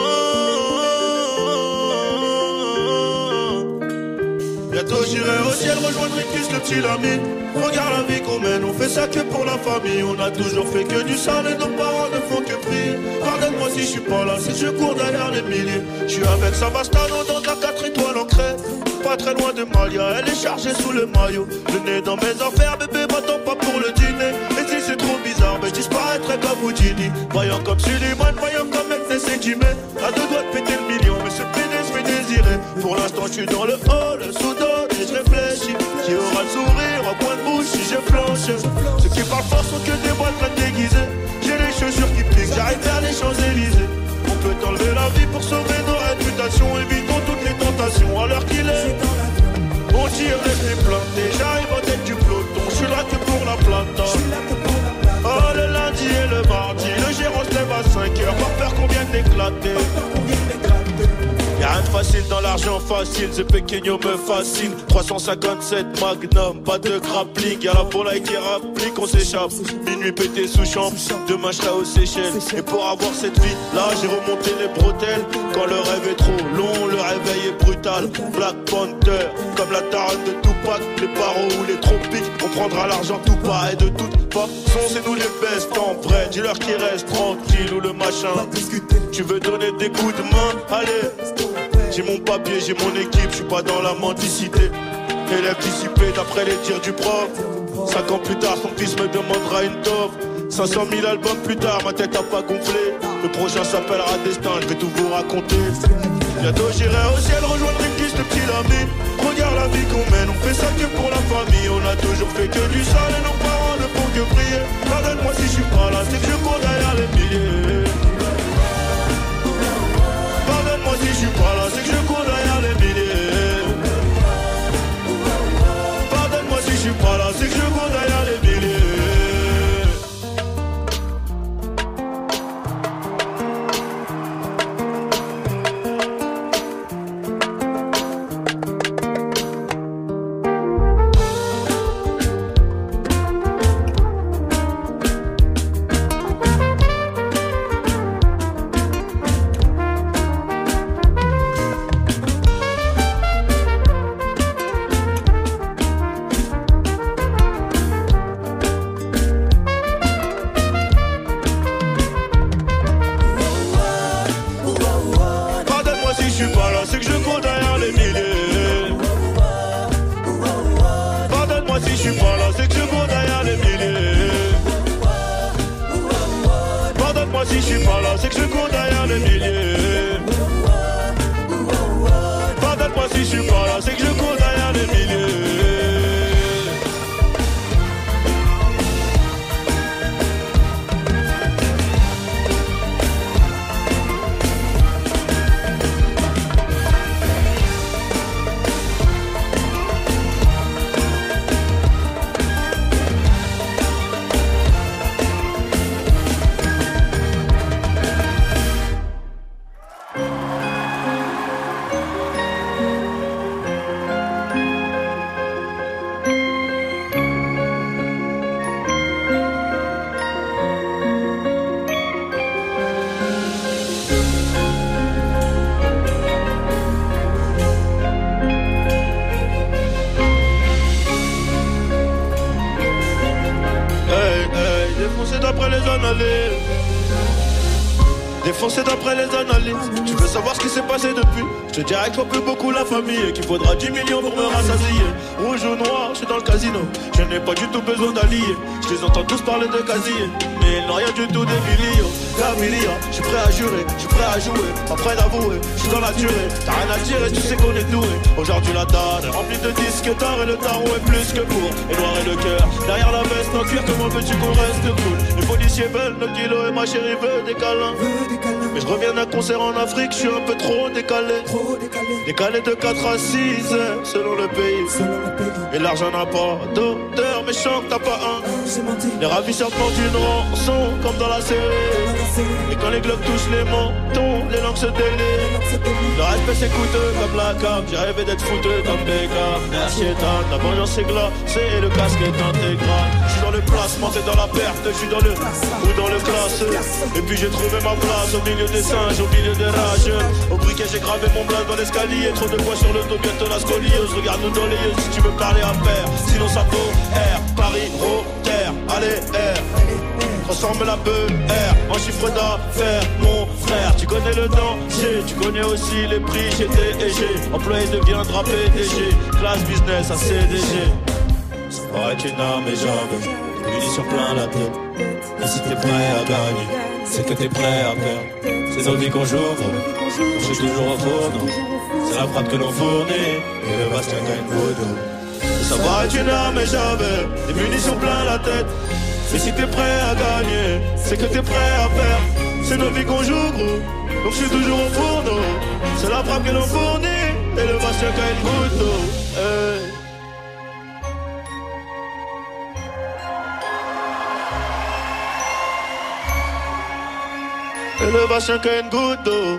Bientôt j'irai au ciel. ciel, rejoindre Rikus, le petit Lamy. Regarde la vie qu'on mène, on fait ça que pour la famille. On a toujours fait que du sale et nos parents ne font que prier. Pardonne-moi si je suis pas là, si je cours derrière les milliers. Je suis avec Savastano dans la 4 étoiles en crête. Pas très loin de Malia, elle est chargée sous le maillot. Le nez dans mes affaires, bébé, m'attends pas pour le dîner. Et si c'est trop bizarre, mais je disparaîtrai comme Houdini. Voyant comme Suleiman, voyant comme Ethnes et Jimé. À deux doigts de péter le million, mais ce pédé se fait désirer. Pour l'instant, je suis dans le hall, soudain, et je réfléchis. Qui aura le sourire en coin de bouche si je flanche? Ceux qui parlent fort sont que des boîtes pleines déguisées. J'ai les chaussures qui piquent, j'arrive vers les Champs-Élysées. On peut enlever la vie pour sauver nos réputations. Évitons toutes les tentations à l'heure qu'il est. On tire les plantés, j'arrive en tête du peloton. Je suis là que pour la plata. Oh, le lundi et le mardi, le gérant se lève à 5h. Pas peur qu'on vienne d'éclater. Y'a rien de facile dans l'argent facile, ce pequeño me fascine. 357 Magnum, pas de grappling. Y'a la volaille qui rapplique, on s'échappe. Minuit pété sous chambre, demain je serai aux Seychelles. Et pour avoir cette vie, là j'ai remonté les bretelles. Quand le rêve est trop long, le réveil est brutal. Black Panther, comme la taronne de Tupac. Les barreaux ou les tropiques, on prendra l'argent tout pas. Et de toute façon c'est nous les best en vrai. Dis-leur qu'ils restent tranquille ou le machin. Tu veux donner des coups de main, allez. J'ai mon papier, j'ai mon équipe, je suis pas dans la mendicité. Élève dissipé d'après les tirs du prof. 5 ans plus tard, son fils me demandera une toffe. 500 000 albums plus tard, ma tête a pas gonflé. Le prochain s'appellera Destin, je vais tout vous raconter. Bientôt j'irai au ciel rejoindre Rikus, le petit Lamy. Regarde la vie qu'on mène, on fait ça que pour la famille. On a toujours fait que du sale et nos parents ne font que prier. Pardonne-moi si je suis pas là, c'est que je cours derrière les milliers. Pardonne-moi si je suis pas là, c'est que je cours derrière les milliers. Pardonne-moi si je suis pas là, c'est que je cours derrière les milliers. Si je suis pas là, c'est que je cours derrière les milliers. Pardonne-moi si je suis pas là, c'est que je cours derrière les milliers. Défoncé d'après les analyses. Tu veux savoir ce qui s'est passé depuis? Je te dirais que je vois plus beaucoup la famille et qu'il faudra 10 millions pour me rassasier. Rouge ou noir, je suis dans le casino. Je n'ai pas du tout besoin d'alliés. Je les entends tous parler de casier, mais ils n'ont rien du tout des millions. Camilia, je suis prêt à jurer, je suis prêt à jouer. Pas prêt d'avouer, je suis dans la durée. T'as rien à dire et tu sais qu'on est doué. Aujourd'hui la dalle est remplie de disques d'art et le tarot est plus que pour. Et noir et le cœur, derrière la veste en cuir, comment veux-tu qu'on reste cool? Les policiers veulent nos kilos et ma chérie veut des câlins. Mais je reviens d'un concert en Afrique, je suis un peu trop décalé. Décalé de 4 à 6 heures selon le pays. Et l'argent n'a pas d'odeur, mais chante t'as pas un. Les ravisseurs demandent une rançon comme dans la série. Et quand les globes touchent les mentons, les langues se délient. Le respect c'est coûteux comme la cam. J'ai rêvé d'être fouteux comme Beckham. Merci Ethan, la vengeance est glacée et le casque est intégral. dans le placement, t'es dans la perte, je suis dans le ou dans le classeur. Et puis j'ai trouvé ma place au milieu des singes, au milieu des rageux. Au briquet j'ai gravé mon blague dans l'escalier. Trop de poids sur le dos, bientôt la scoliose. Regarde-nous dans les yeux si tu veux parler à pair. Sinon ça vaut R, Paris, Terre, allez R. Transforme la BER en chiffre d'affaires, mon frère. Tu connais le danger, tu connais aussi les prix. J'étais EG, employé deviendra PDG. Classe business à CDG. Ça paraît qu'une arme et j'avais des munitions plein la tête. Et si t'es prêt à gagner, c'est que t'es prêt à perdre. C'est nos vies qu'on joue, je suis toujours au fourneau. C'est la frappe que l'on fournit, et le bastion gagne beaucoup. Ça paraît qu'une arme et j'avais des munitions plein la tête. Et si t'es prêt à gagner, c'est que t'es prêt à perdre. C'est nos vies qu'on joue, gros. Donc je suis toujours au fourneau. C'est la frappe que l'on fournit, et le bastion gagne beaucoup. Et le bassin qui a une goutte d'eau.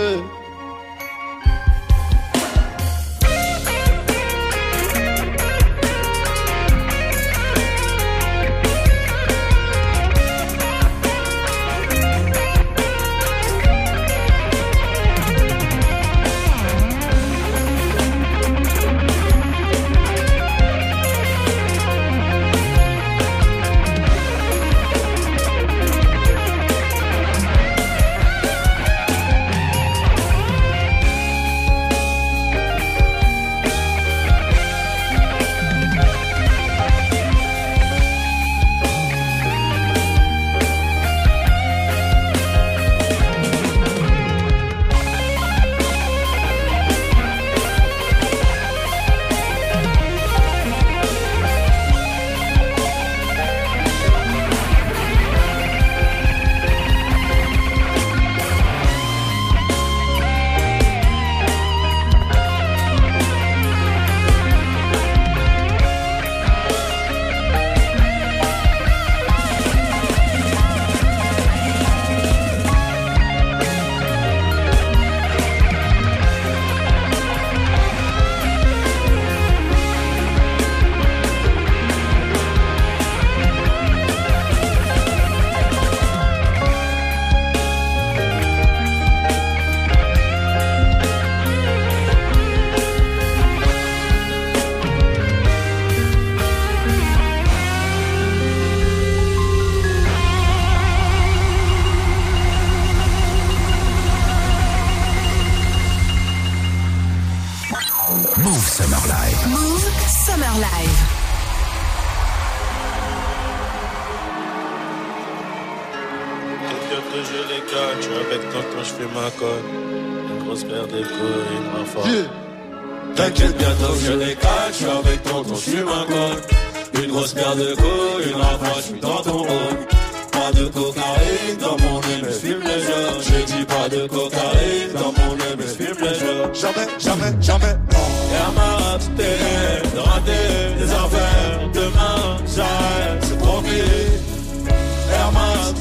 T'inquiète, bientôt je les cale, je suis avec tonton, je suis ma conne. Une grosse paire de couilles, une rafale, je suis dans ton rôle. Pas de cocaïne dans mon nez, mais je filme les jeux. J'ai dit pas de cocaïne dans mon nez, mais je filme les jeux. Jamais, jamais, jamais, non. Y'a ma raté, de rater des affaires. Demain, j'arrête, c'est promis. Hermas,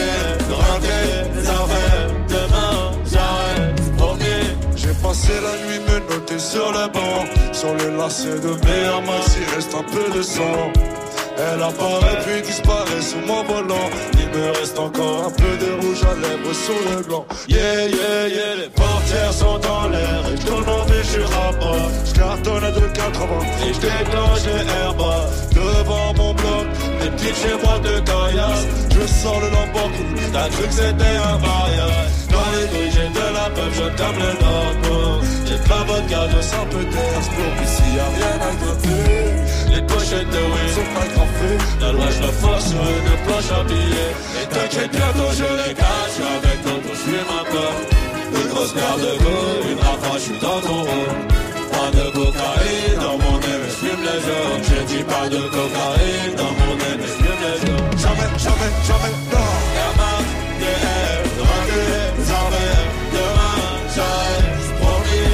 de rater des affaires. Demain, j'arrête, c'est promis. J'ai passé la nuit menotté sur le banc. Sur les lacets de mes Hermas, il reste un peu de sang. Elle apparaît puis disparaît sous mon volant. Il me reste encore un peu de rouge à lèvres sur le blanc. Yeah, yeah, yeah, les portières sont en l'air. Et je tourne mon vie, je suis rabat. Je cartonne à 2,80 et je déclenche les airbags. Devant mon bloc, des petites chez moi de caillasse. Je sors le Lamborghini. T'as cru que c'était un mariage. Dans les couilles j'ai de la peuple, je comme le Nord. J'ai pas votre garde, je sens peut-être. Pour ici y'a rien à gratter. Les pochettes de weed sont agrafées. La loi je la force sur une planche à billets. Et t'inquiète bientôt je les cache. J'suis avec tonton, j'suis ma corde. Une grosse paire de couilles, une rafale, j'suis dans ton rôle. Pas de cocaïne dans mon nez, mais j'fume les jaunes. J'ai dit pas de cocaïne dans mon nez, mais j'fume les jaunes. Jamais, jamais, jamais, non. Hermas, DR, rater des affaires. Demain, j'arrête, c'est promis.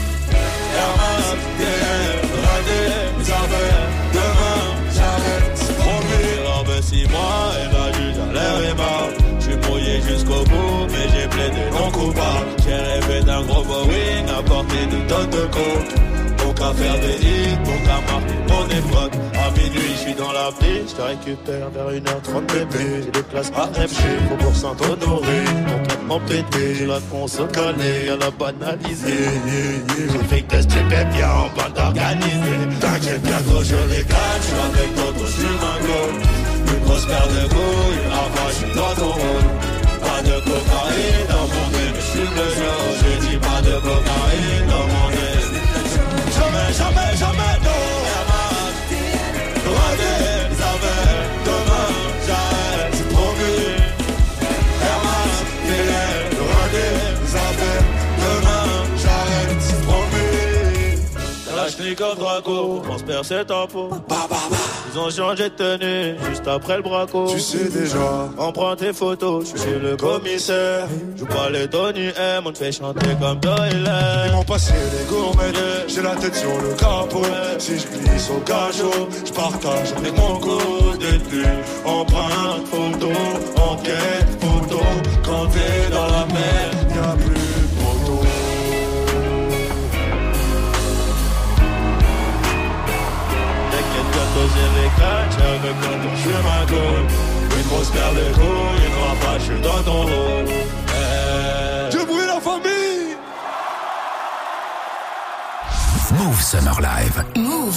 Hermas, DR, rater des affaires. Demain, j'arrête, c'est promis. Robe 6 mois et la juge à l'air et marre. J'suis mouillé jusqu'au bout, mais j'ai plaidé non coupable. J'ai rêvé d'un gros Boeing à porter des tonnes de coke. Donc à faire des hits, donc à marquer mon époque. À minuit suis dans la ville, je te récupère vers 1h30 bébé. J'ai des places AFG, Faubourg Saint-Honoré. Complètement pété, j'ai la conso calée, à la banalisée. J'ai fait que je bien en bande organisée. T'inquiète, bientôt je les gagne, je suis avec d'autres, je suis mango. Une grosse paire de couilles, une rafale, je suis dans ton rôle. Pas de cocaïne dans mon nez, mais je suis le jeu. J'ai dit pas de cocaïne dans mon nez. Jamais, jamais, jamais, non. Regardez les affaires, demain, j'arrête, c'est promis. Hermas, TN, regardez les affaires, demain, j'arrête, c'est promis. Kalachnikov, Draco, on se percer ta peau. Ils ont changé de tenue juste après le braco. Tu sais déjà, on prend tes photos, je suis le commissaire. Joue pas les Tony M, on te fait chanter comme Doyle. Ils m'ont passé les gourmets, j'ai la tête sur le capot. Si je glisse au cachot, je partage avec mon coup détenu. Empreinte, photo, enquête, photo. Quand t'es dans la mer, y'a plus de photo. J'ai les catchs avec toi, je suis ma gueule. Une grosse paire de couilles, une rafale, je suis dans ton rôle. Je brûle la famille. Move Summer Live. Move.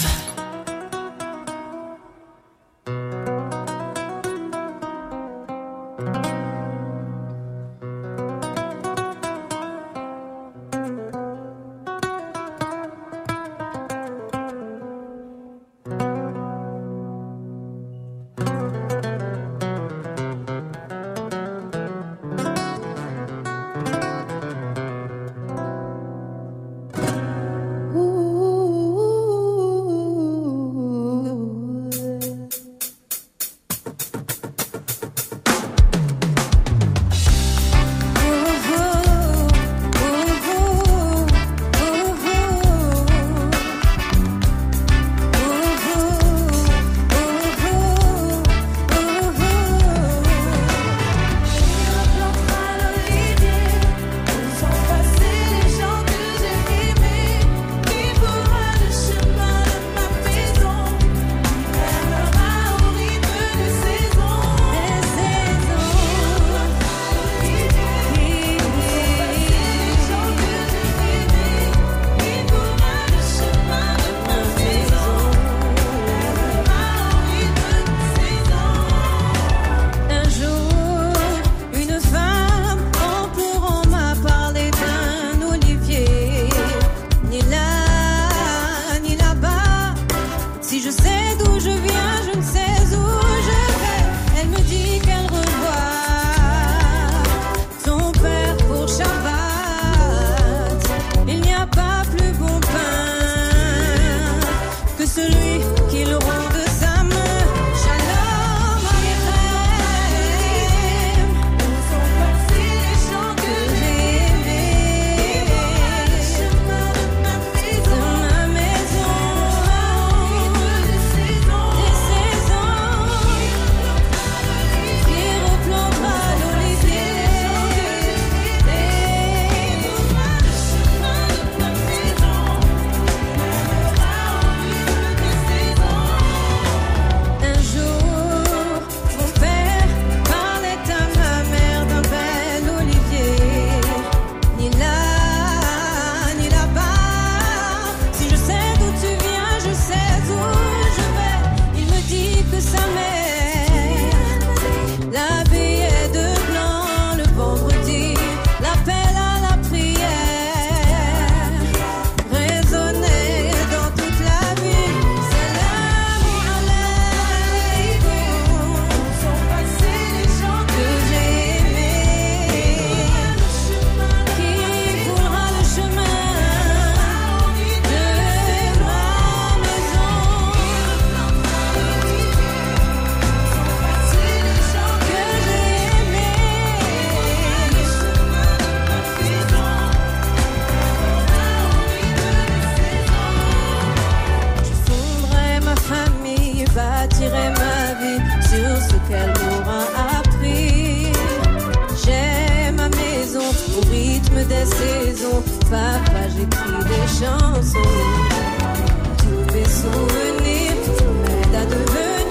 Papa, j'écris des chansons. Tous mes souvenirs m'aident à devenir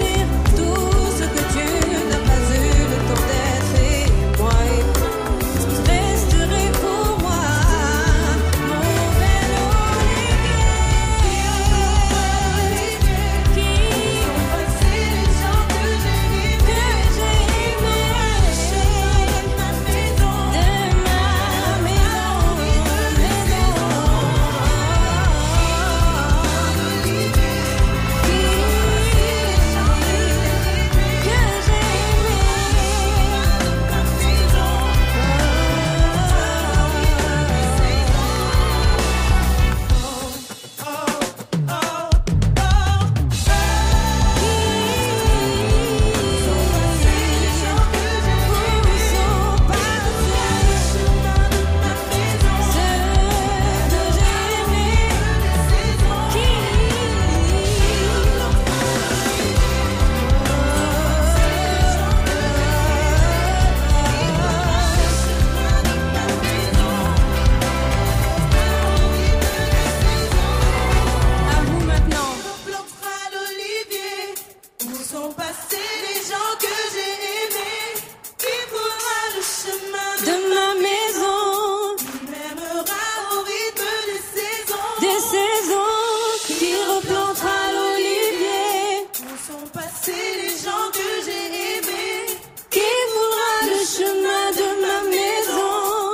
c'est les gens que j'ai aimés. Qui fera le chemin de ma maison?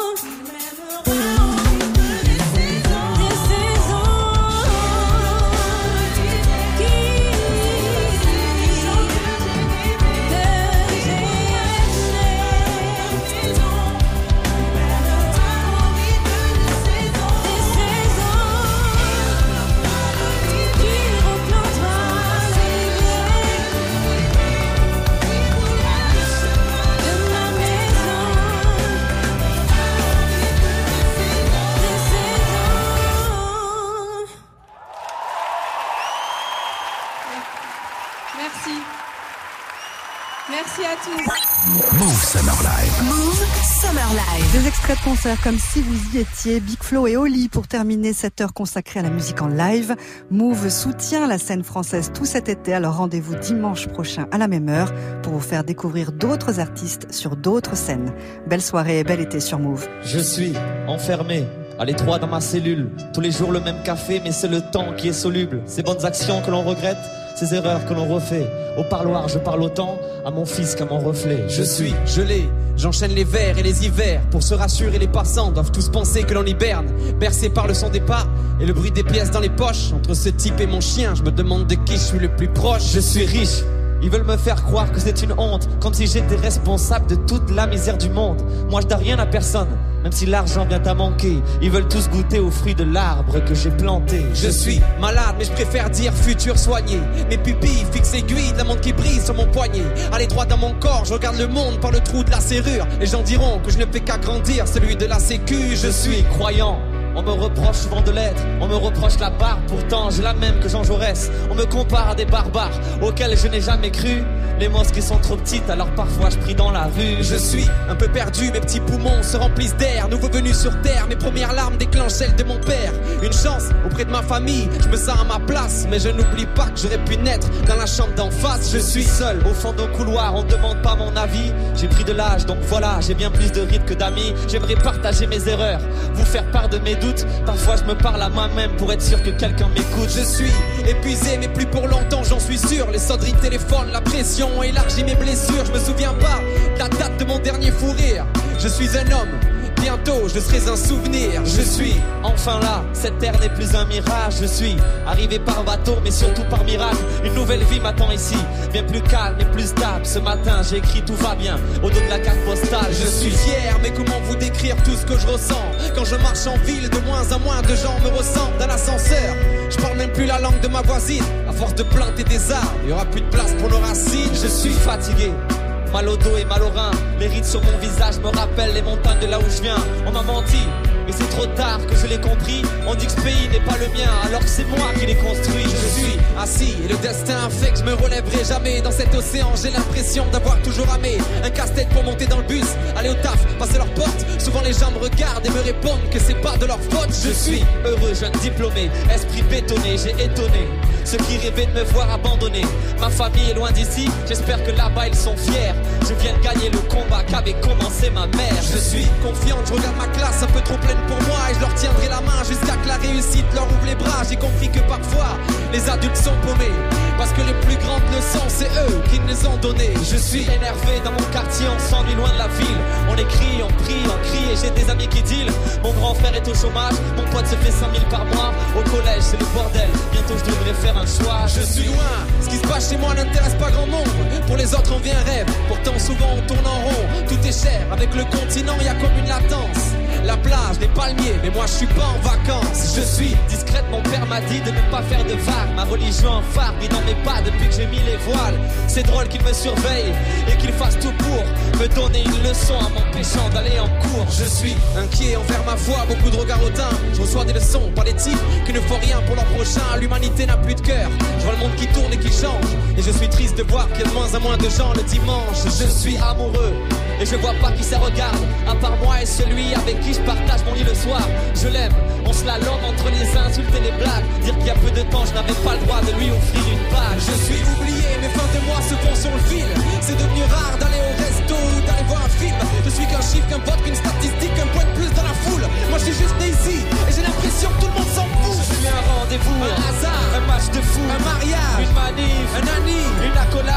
Merci à tous. Move Summer Live. Move Summer Live. Des extraits de concerts comme si vous y étiez, Big Flo et Oli pour terminer cette heure consacrée à la musique en live. Move soutient la scène française tout cet été, alors rendez-vous dimanche prochain à la même heure pour vous faire découvrir d'autres artistes sur d'autres scènes. Belle soirée et bel été sur Move. Je suis enfermé à l'étroit dans ma cellule, tous les jours le même café, mais c'est le temps qui est soluble. Ces bonnes actions que l'on regrette, ces erreurs que l'on refait. Au parloir je parle autant à mon fils qu'à mon reflet. Je suis gelé, j'enchaîne les vers et les hivers. Pour se rassurer les passants doivent tous penser que l'on hiberne. Bercé par le son des pas et le bruit des pièces dans les poches. Entre ce type et mon chien, je me demande de qui je suis le plus proche. Je suis riche, ils veulent me faire croire que c'est une honte, comme si j'étais responsable de toute la misère du monde. Moi je dois rien à personne, même si l'argent vient à manquer. Ils veulent tous goûter aux fruits de l'arbre que j'ai planté. Je suis malade mais je préfère dire futur soigné. Mes pupilles fixent aiguilles de la montre qui brille sur mon poignet. À l'étroit dans mon corps, je regarde le monde par le trou de la serrure. Les gens diront que je ne fais qu'agrandir celui de la sécu. Je suis croyant. On me reproche souvent de l'être, on me reproche la barbe, pourtant j'ai la même que Jean Jaurès. On me compare à des barbares auxquels je n'ai jamais cru. Les mosquées sont trop petites, alors parfois je prie dans la rue. Je suis un peu perdu, mes petits poumons se remplissent d'air. Nouveau venu sur terre, mes premières larmes déclenchent celles de mon père. Une chance auprès de ma famille, je me sens à ma place. Mais je n'oublie pas que j'aurais pu naître dans la chambre d'en face. Je suis seul au fond d'un couloir, on demande pas mon avis. J'ai pris de l'âge, donc voilà, j'ai bien plus de rides que d'amis. J'aimerais partager mes erreurs, vous faire part de mes doutes. Parfois je me parle à moi-même pour être sûr que quelqu'un m'écoute. Je suis épuisé mais plus pour longtemps, j'en suis sûr. Les sonneries de téléphone, la pression élargit mes blessures. Je me souviens pas de la date de mon dernier fou rire. Je suis un homme, bientôt je serai un souvenir. Je suis enfin là, cette terre n'est plus un mirage. Je suis arrivé par bateau mais surtout par miracle. Une nouvelle vie m'attend ici, bien plus calme et plus stable. Ce matin j'ai écrit tout va bien au dos de la carte postale. Je suis fier mais comment vous décrire tout ce que je ressens. Quand je marche en ville, de moins en moins de gens me ressemblent. Dans l'ascenseur, je parle même plus la langue de ma voisine. À force de planter des arbres, il y aura plus de place pour nos racines. Je suis fatigué, mal au dos et mal au rein. Les rides sur mon visage me rappellent les montagnes de là où je viens. On m'a menti, mais c'est trop tard que je l'ai compris. On dit que ce pays n'est pas le mien, alors que c'est moi qui l'ai construit. Je suis assis et le destin a fait que je me relèverai jamais. Dans cet océan, j'ai l'impression d'avoir toujours ramé. Un casse-tête pour monter dans le bus, aller au taf, passer leur porte. Souvent les gens me regardent et me répondent que c'est pas de leur faute. Je suis heureux, jeune diplômé, esprit bétonné, j'ai étonné ceux qui rêvaient de me voir abandonné. Ma famille est loin d'ici, j'espère que là-bas ils sont fiers. Je viens de gagner le combat qu'avait commencé ma mère. Je suis confiante, je regarde ma classe un peu trop pleine pour moi. Et je leur tiendrai la main jusqu'à que la réussite leur ouvre les bras. J'ai compris que parfois les adultes sont paumés, parce que les plus grandes leçons c'est eux qui nous ont donné. Je suis énervé dans mon quartier, on s'ennuie loin de la ville. On écrit, on prie, on crie et j'ai des amis qui deal. Mon grand frère est au chômage, mon pote se fait 5 000 par mois. Au collège c'est le bordel, bientôt je devrais faire un choix. Je suis loin, ce qui se passe chez moi n'intéresse pas grand monde. Pour les autres on vit un rêve, pourtant souvent on tourne en rond. Tout est cher, avec le continent y a comme une latence. La plage, les palmiers, mais moi je suis pas en vacances. Je suis discrète, mon père m'a dit de ne pas faire de vagues. Ma religion en phare brille dans mes pas depuis que j'ai mis les voiles. C'est drôle qu'il me surveille et qu'il fasse tout pour me donner une leçon en m'empêchant d'aller en cours. Je suis inquiet envers ma foi, beaucoup de regards hautains. Je reçois des leçons par des types qui ne font rien pour leur prochain. L'humanité n'a plus de cœur, je vois le monde qui tourne et qui change. Et je suis triste de voir qu'il y a de moins en moins de gens le dimanche. Je suis amoureux et je vois pas qui ça regarde, à part moi et celui avec qui je partage mon lit le soir. Je l'aime, on se la lame entre les insultes et les blagues. Dire qu'il y a peu de temps je n'avais pas le droit de lui offrir une bague. Je suis oublié, mes fins de mois se font sur le fil. C'est devenu rare d'aller au resto ou d'aller voir un film. Je suis qu'un chiffre, qu'un vote, qu'une statistique, un point de plus dans la foule. Moi je suis juste né ici et j'ai l'impression que tout le monde s'en fout. Je suis un rendez-vous, un hasard, un match de foot, un mariage, une manif, un anniv, une accolade.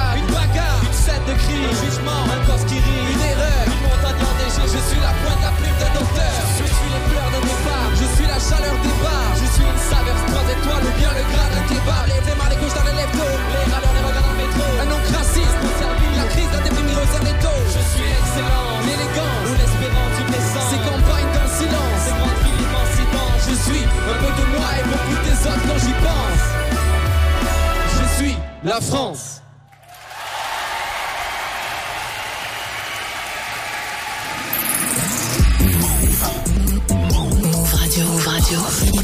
la France. Move Radio.